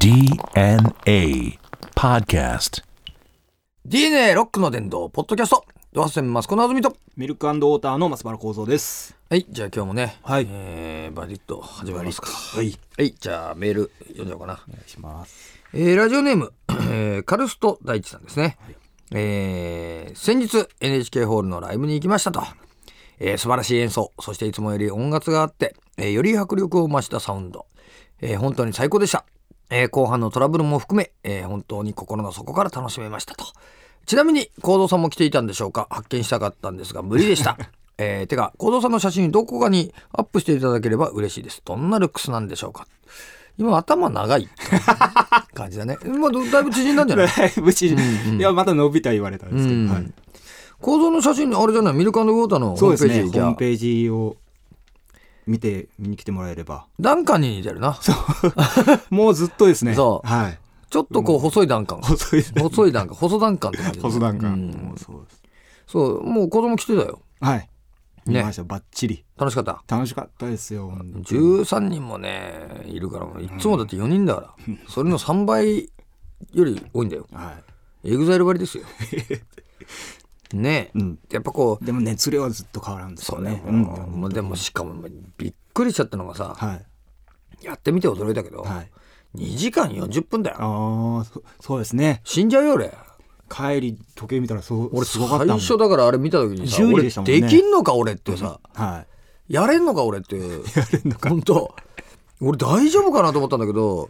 DNA Podcast DNA ロックの殿堂ポッドキャストドハセンマスコのあずみとミルク&ウォーターの松原幸三です。 はい、じゃあ今日もね、 はいバリッと始まりますか。 はい、 はい、じゃあメール読んじゃおうかな。 お願いします。 ラジオネーム、カルスト大地さんですね、先日 NHK ホールのライブに行きましたと、素晴らしい演奏、そしていつもより音楽があって、より迫力を増したサウンド、本当に最高でした。後半のトラブルも含め、本当に心の底から楽しめましたと。ちなみに幸三さんも来ていたんでしょうか。発見したかったんですが無理でしたてか幸三さんの写真どこかにアップしていただければ嬉しいです。どんなルックスなんでしょうか。今頭長い感じだね。まあ、だいぶ縮んだんじゃない。 だいぶ縮ん、いやまた伸びた言われたんですけど、はい、 幸三の写真あれじゃない、ミルク&ウォーターのホームページ。 そうですね、ホームページを見に来てもらえれば。 ダンカンに似てるな。 そうもうずっとですね。 そう、 はい、 ちょっとこう細いダンカン、 細いダンカン、 細ダンカンって感じ、 細ダンカン、もうそうです。 そう、もう子供来てたよ。 はい見ました、バッチリ。 楽しかった。 楽しかったですよ。 13人もねいるから、いつもだって4人だから、それの3倍より多いんだよ。 はい、 エグザイル割ですよねえ、やっぱこうでも熱量はずっと変わらんですよね。 でもしかもびっくりしちゃったのがさ、 はい、 やってみて驚いたけど、 はい、 2時間40分だよ。 そうですね。 死んじゃうよ俺。 帰り時計見たら俺すごかったもん。 最初だからあれ見た時にさ、 10時でしたもんね。 俺できんのか俺ってさ、 はい、 やれんのか俺って本当俺大丈夫かなと思ったんだけど、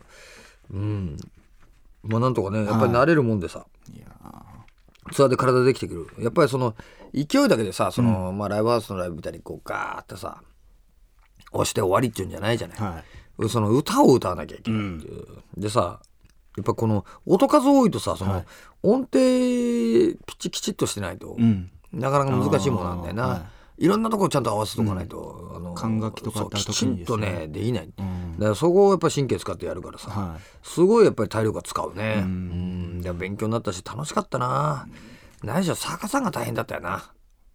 まあなんとかね、やっぱり慣れるもんでさ、 いやツアーで体できてくる。やっぱりその勢いだけでさ、まあ、ライブハウスのライブみたいにこうガーってさ押して終わりっていうんじゃないじゃない、 はい、 その歌を歌わなきゃいけないっていう、でさやっぱこの音数多いとさ、その音程きちっとしてないと、なかなか難しいものなんだよな、いろんなところちゃんと合わせとかないと、 管楽器とかあったらきちんとねできない、 うん、 だからそこをやっぱ神経使ってやるからさ、すごいやっぱり体力が使うね。でも勉強になったし楽しかったな。何しろ坂さんが大変だったよな。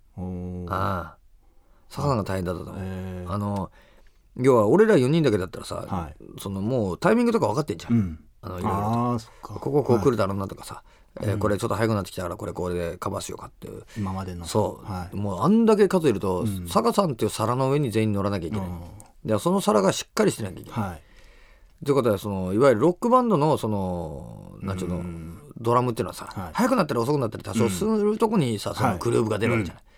坂さんが大変だったと思う。要は俺ら4人だけだったらさ、そのもうタイミングとか分かってんじゃん、いろいろとここ来るだろうなとかさ、これちょっと早くなってきたからこれでカバーしようかっていう今までの。 そう、もうあんだけ数いると、坂さんっていう皿の上に全員乗らなきゃいけない、でその皿がしっかりしてなきゃいけない、ということはいわゆるロックバンドのなんていうの、ドラムっていうのはさ、早くなったり遅くなったり多少するとこにさ、そのグルーブが出るわけじゃない、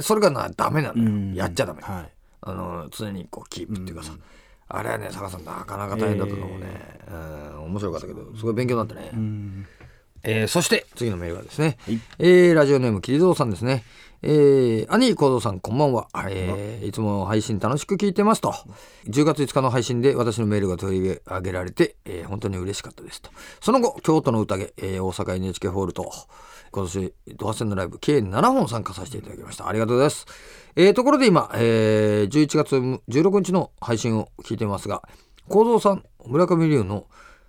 それがダメなのよ、やっちゃダメ、常にこうキープっていうかさ、あれはね坂さんなかなか大変だったと思うね、面白かったけどすごい勉強になったね。そして次のメールはですね、ラジオネームキリゾウさんですね。兄幸三さんこんばんは、いつも配信楽しく聞いてますと。10月5日の配信で私のメールが取り上げられて、本当に嬉しかったですと。その後京都の宴、大阪 NHK ホールと今年ドハセンのライブ計7本参加させていただきました。ありがとうございます。ところで今、11月16日の配信を聞いてますが、幸三さん村上龍の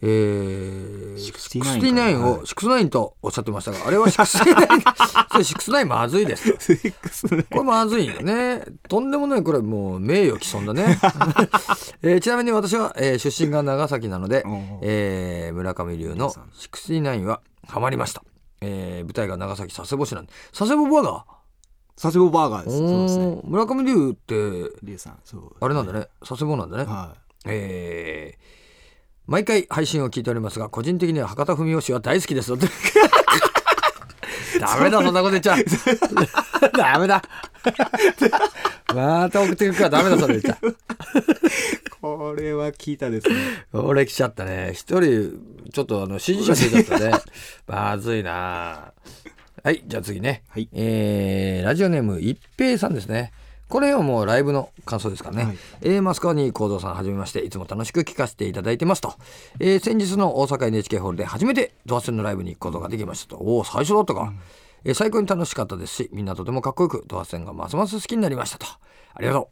69を69とおっしゃってましたが、あれは69まずいですこれまずいよね。とんでもない、これもう名誉毀損だねちなみに私は、出身が長崎なので、村上龍の69はハマりました。舞台が長崎佐世保市なんで、佐世保バーガーです。そうですね。村上龍って龍さん、そうあれなんだね、佐世保なんだね。毎回配信を聞いておりますが、個人的には博多文雄氏は大好きですよダメだ、そんなこと言っちゃダメだまた送ってくるからダメだ、それ言っちゃこれは聞いたですね。 俺来ちゃったね。一人ちょっと支持者出ちゃったねまずいな。はい、じゃあ次ね、ラジオネーム一平さんですね。これはもうライブの感想ですからね、マスカーニ幸三さんはじめまして、いつも楽しく聞かせていただいてますと。先日の大阪 NHK ホールで初めてドハセンのライブに行くことができましたと。最初だったか、最高に楽しかったですし、みんなとてもかっこよくドハセンがますます好きになりましたと。ありがと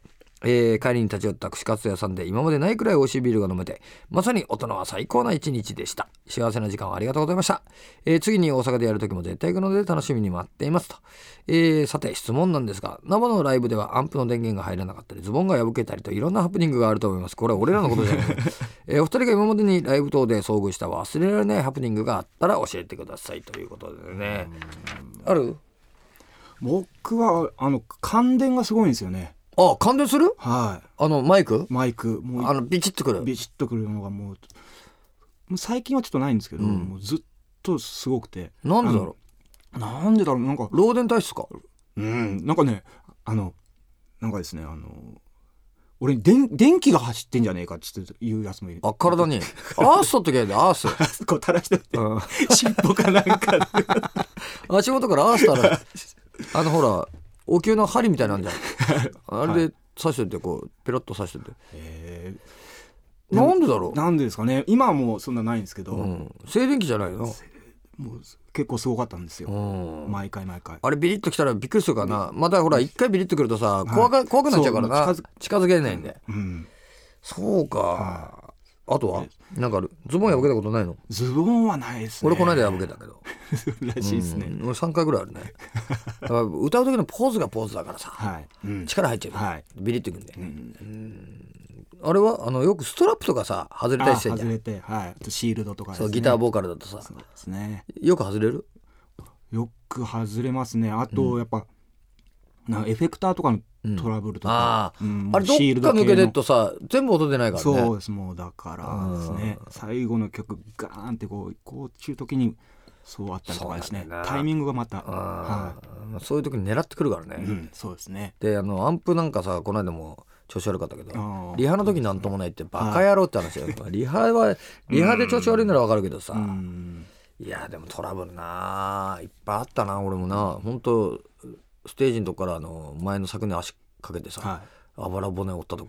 帰りに立ち寄った串カツ屋さんで今までないくらい美味しいビールが飲めて、まさに大人は最高な一日でした。幸せな時間をありがとうございました。次に大阪でやる時も絶対行くので楽しみに待っていますと。さて質問なんですが、生のライブではアンプの電源が入らなかったりズボンが破けたりといろんなハプニングがあると思います。これは俺らのことじゃないお二人が今までにライブ等で遭遇した忘れられないハプニングがあったら教えてくださいということでね。ある？ 僕は感電がすごいんですよね。 あ、感電する？ はい。 マイクもうビチッとくるのがもう最近はちょっとないんですけど、もうずっとすごくて。 なんでだろう。なんか漏電体質か。 なんかねなんかですね俺に電気が走ってんじゃねえかって言うやつもいる。 あ、体にアース取っときゃいいんだよ。アースこう垂らしてて、尻尾かなんか足元からアース垂らほらお灸の針みたいなんじゃんあれで刺しといて、こうペロッと刺しといて、なんでだろう。 なんでですかね。今はもうそんなないんですけど、 静電気じゃないの。 もう結構すごかったんですよ、毎回あれビリッときたらびっくりするからな。またほら一回ビリッとくるとさ、怖くなっちゃうからな。近づけないんで、そうか、あとはなんかある？ズボン破けたことないの？ ズボンはないですね。 俺この間破けたけどらしいですね。 俺3回ぐらいあるね歌う時のポーズがポーズだからさ、力入っちゃう、ビリッといくんで、あれはよくストラップとかさ外れたりしてんじゃん。 外れて、シールドとかですね。 そう、ギターボーカルだとさ、 そうですね、 よく外れる？ よく外れますね。あと、やっぱエフェクターとかのトラブルとか、 あれどっか抜けてっとさ全部音出ないからね。 そうです。もうだからですね、最後の曲ガーンってこう中時にそうあったりとかですね。タイミングがまた、 そういう時に狙ってくるからね。 そうですね。 でアンプなんかさ、この間も調子悪かったけど、リハの時なんともないってバカ野郎って話よ。リハで調子悪いなら分かるけどさ、いやでもトラブルないっぱいあったな。俺もな、本当ステージのとこから前の柵に足かけてさ、あばら骨折ったとこ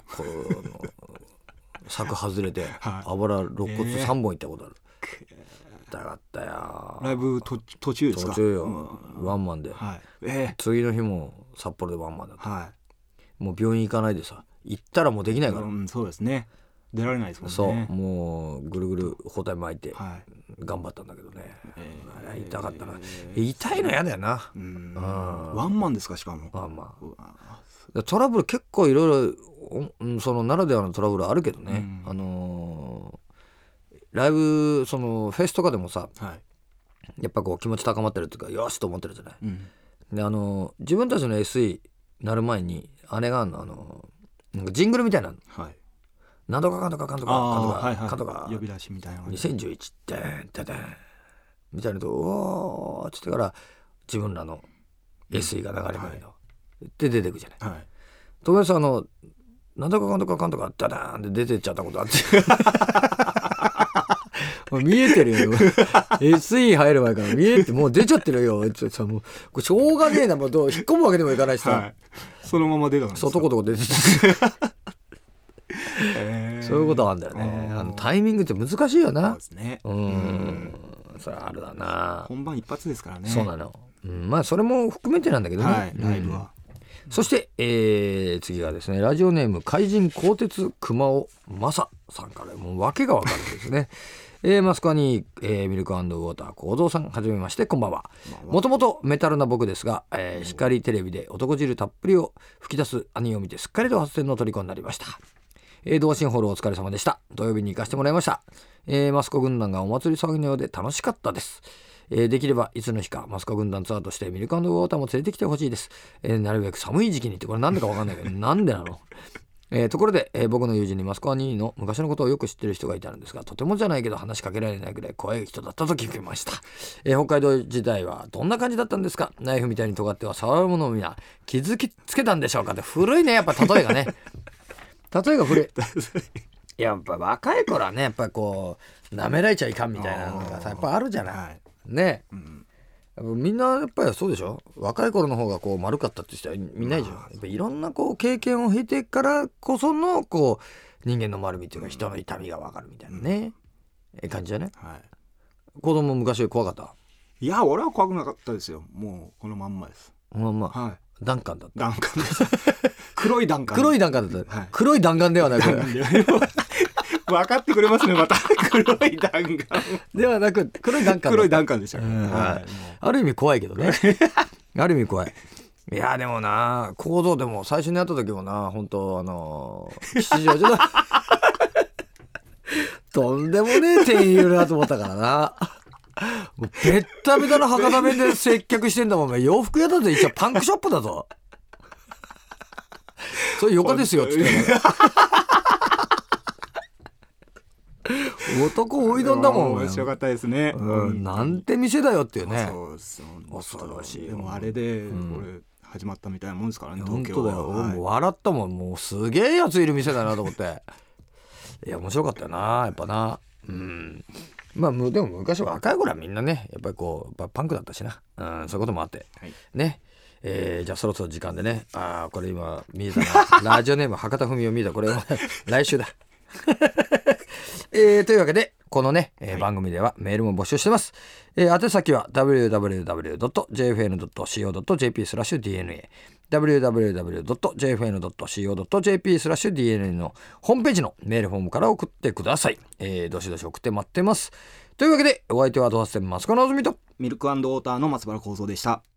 柵外れて、あばら肋骨3本いったことある。痛かったよ。 ライブ途中ですか？ 途中よ、ワンマンで、次の日も札幌でワンマンだった、もう病院行かないでさ、行ったらもうできないから、 そうですね、出られないですもんね。 そう、もうぐるぐる包帯巻いて頑張ったんだけどね、痛かったな。痛いの嫌だよな。 ワンマンですか？しかもワンマン。トラブル結構いろいろそのならではのトラブルあるけどね、ライブフェスとかでもさ、やっぱこう気持ち高まってるっていうか、よしと思ってるじゃない、で自分たちの SE なる前にあれがあるの、なんかジングルみたいなの、なんとかかんとかかんとかかんとか呼び出しみたいな 2011でんてでんみたいなと、おーっつってから自分らの SE が流れるけど、で出てくじゃない、友達さんなんとかかんとかかんとかダダーンって出てっちゃったことあって見えてるよSE 入る前から見えて、もう出ちゃってるよってさ、もうこれしょうがねえな、もう引っ込むわけでもいかないしさ、 そのまま出たんですか？ そう、とことこ出ててそういうことあるんだよね。タイミングって難しいよな。 そうですね。 それあるだな。 本番一発ですからね。 そうなの。まあそれも含めてなんだけどね、ライブは。そして、次がですね、ラジオネーム怪人鋼鉄熊尾正さんから、もう訳が分かるんですねマスコアに、ミルク&ウォーター幸三さん、はじめまして、こんばんは。もともとメタルな僕ですが、光テレビで男汁たっぷりを吹き出す兄を見てすっかりと発展の虜になりました。同心ホールお疲れ様でした。土曜日に行かせてもらいました。マスコ軍団がお祭り騒ぎのようで楽しかったです。できればいつの日かマスコ軍団ツアーとしてミルク&ウォーターも連れてきてほしいです。なるべく寒い時期にって、これなんでか分かんないけどなんでなのところで、僕の友人にマスコアニーの昔のことをよく知ってる人がいたんですが、とてもじゃないけど話しかけられないぐらい怖い人だったと聞きました。北海道時代はどんな感じだったんですか？ナイフみたいに尖っては触るものを皆気づきつけたんでしょうかって。古いね、やっぱ例えがね例えが古いやっぱ若い頃はね、やっぱこう舐められちゃいかんみたいなのがさ、やっぱあるじゃない、ね、みんなやっぱりそうでしょ。若い頃の方がこう丸かったって人はみんないじゃん。やっぱいろんなこう経験を経てからこそのこう人間の丸みっていうか、人の痛みが分かるみたいなね、感じだね。子供昔怖かった？ いや、俺は怖くなかったですよ。もうこのまんまです。 まんま、ダンカンだった。 ダンカンです黒い弾丸だった、はい、黒い弾丸ではなく分かってくれますねまた黒い弾丸ではなく黒い弾丸でした、 はい、ある意味怖いけどねある意味怖い。いやでもな構造でも最初に会った時もな本当吉祥寺のとんでもねえ店員いるなと思ったからな。もうベッタベタな博多弁で接客してんだもん。洋服屋だぞ、一応パンクショップだぞそれよかですよっつって男おいどんだもん。 面白かったですね、 なんて店だよっていうね。 恐ろしい。でもあれでこれ始まったみたいなもんですからね、東京は。 本当だよ、もう笑ったもん。もうすげえやついる店だなと思っていや面白かったよなやっぱな。まあでも昔若い頃はみんなねやっぱりこうパンクだったしな、そういうこともあって、はい、ね。じゃあそろそろ時間でね。これ今見えたなラジオネーム博多文雄見えた。これ来週だというわけでこのね、番組ではメールも募集してます。宛先は www.jfn.co.jp/dna www.jfn.co.jp/dna のホームページのメールフォームから送ってください。どしどし送って待ってます。というわけでお相手はドハステンマスカのあずみとミルク&ウォーターの松原幸三でした。